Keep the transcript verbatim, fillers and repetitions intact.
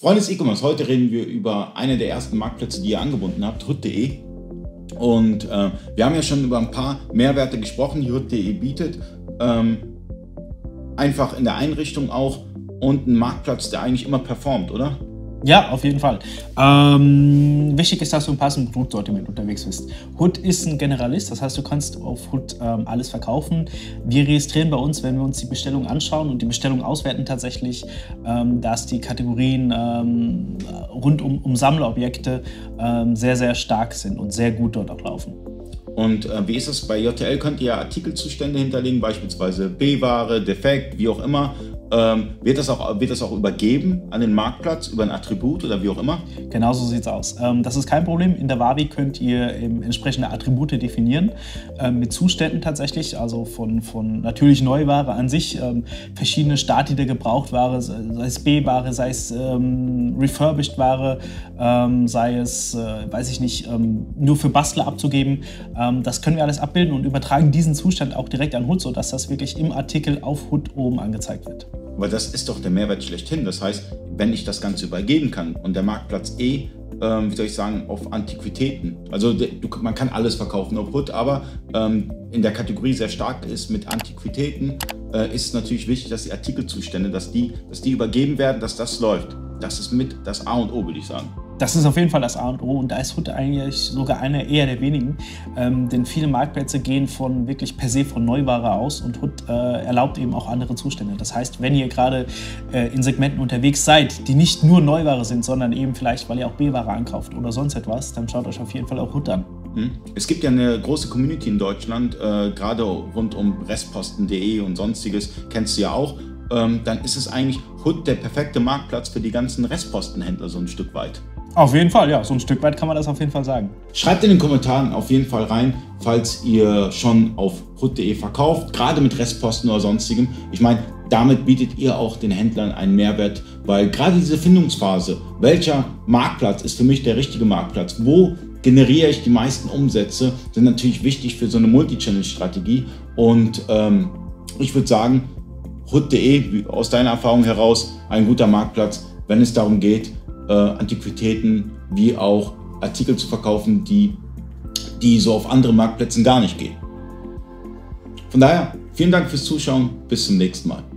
Freunde des E-Commerce, heute reden wir über eine der ersten Marktplätze, die ihr angebunden habt, hood punkt de. Und äh, wir haben ja schon über ein paar Mehrwerte gesprochen, die hood punkt de bietet. Ähm, einfach in der Einrichtung auch und ein Marktplatz, der eigentlich immer performt, oder? Ja, auf jeden Fall. Ähm, wichtig ist, dass du im passenden Produktsortiment unterwegs bist. Hood ist ein Generalist, das heißt, du kannst auf Hood ähm, alles verkaufen. Wir registrieren bei uns, wenn wir uns die Bestellung anschauen und die Bestellung auswerten tatsächlich, ähm, dass die Kategorien ähm, rund um, um Sammlerobjekte ähm, sehr, sehr stark sind und sehr gut dort auch laufen. Und äh, wie ist es bei J T L? Könnt ihr Artikelzustände hinterlegen, beispielsweise B-Ware, defekt, wie auch immer. Ähm, wird, das auch, wird das auch übergeben an den Marktplatz, über ein Attribut oder wie auch immer? Genau so sieht es aus. Ähm, das ist kein Problem. In der Wavi könnt ihr ähm, entsprechende Attribute definieren, ähm, mit Zuständen tatsächlich, also von, von natürlich Neuware an sich, ähm, verschiedene Stati der Gebrauchtware, sei es B-Ware, sei es ähm, Refurbished-Ware, ähm, sei es, äh, weiß ich nicht, ähm, nur für Bastler abzugeben. Ähm, das können wir alles abbilden und übertragen diesen Zustand auch direkt an Hood, sodass das wirklich im Artikel auf Hood oben angezeigt wird. Weil das ist doch der Mehrwert schlechthin. Das heißt, wenn ich das Ganze übergeben kann und der Marktplatz eh, ähm, wie soll ich sagen, auf Antiquitäten, also du, man kann alles verkaufen auf Hood, aber ähm, in der Kategorie sehr stark ist mit Antiquitäten, äh, ist es natürlich wichtig, dass die Artikelzustände, dass die, dass die übergeben werden, dass das läuft. Das ist mit das A und O, würde ich sagen. Das ist auf jeden Fall das A und O und da ist Hood eigentlich sogar einer eher der wenigen, ähm, denn viele Marktplätze gehen von wirklich per se von Neuware aus und Hood äh, erlaubt eben auch andere Zustände. Das heißt, wenn ihr gerade äh, in Segmenten unterwegs seid, die nicht nur Neuware sind, sondern eben vielleicht, weil ihr auch B-Ware ankauft oder sonst etwas, dann schaut euch auf jeden Fall auch Hood an. Es gibt ja eine große Community in Deutschland, äh, gerade rund um restposten punkt de und sonstiges, kennst du ja auch. Ähm, dann ist es eigentlich Hood der perfekte Marktplatz für die ganzen Restpostenhändler so ein Stück weit. Auf jeden Fall, ja, so ein Stück weit kann man das auf jeden Fall sagen. Schreibt in den Kommentaren auf jeden Fall rein, falls ihr schon auf hood punkt de verkauft, gerade mit Restposten oder sonstigem. Ich meine, damit bietet ihr auch den Händlern einen Mehrwert, weil gerade diese Findungsphase, welcher Marktplatz ist für mich der richtige Marktplatz, wo generiere ich die meisten Umsätze, sind natürlich wichtig für so eine Multi-Channel-Strategie. Und ähm, ich würde sagen, hood punkt de, aus deiner Erfahrung heraus, ein guter Marktplatz, wenn es darum geht, äh, Antiquitäten wie auch Artikel zu verkaufen, die, die so auf anderen Marktplätzen gar nicht gehen. Von daher, vielen Dank fürs Zuschauen, bis zum nächsten Mal.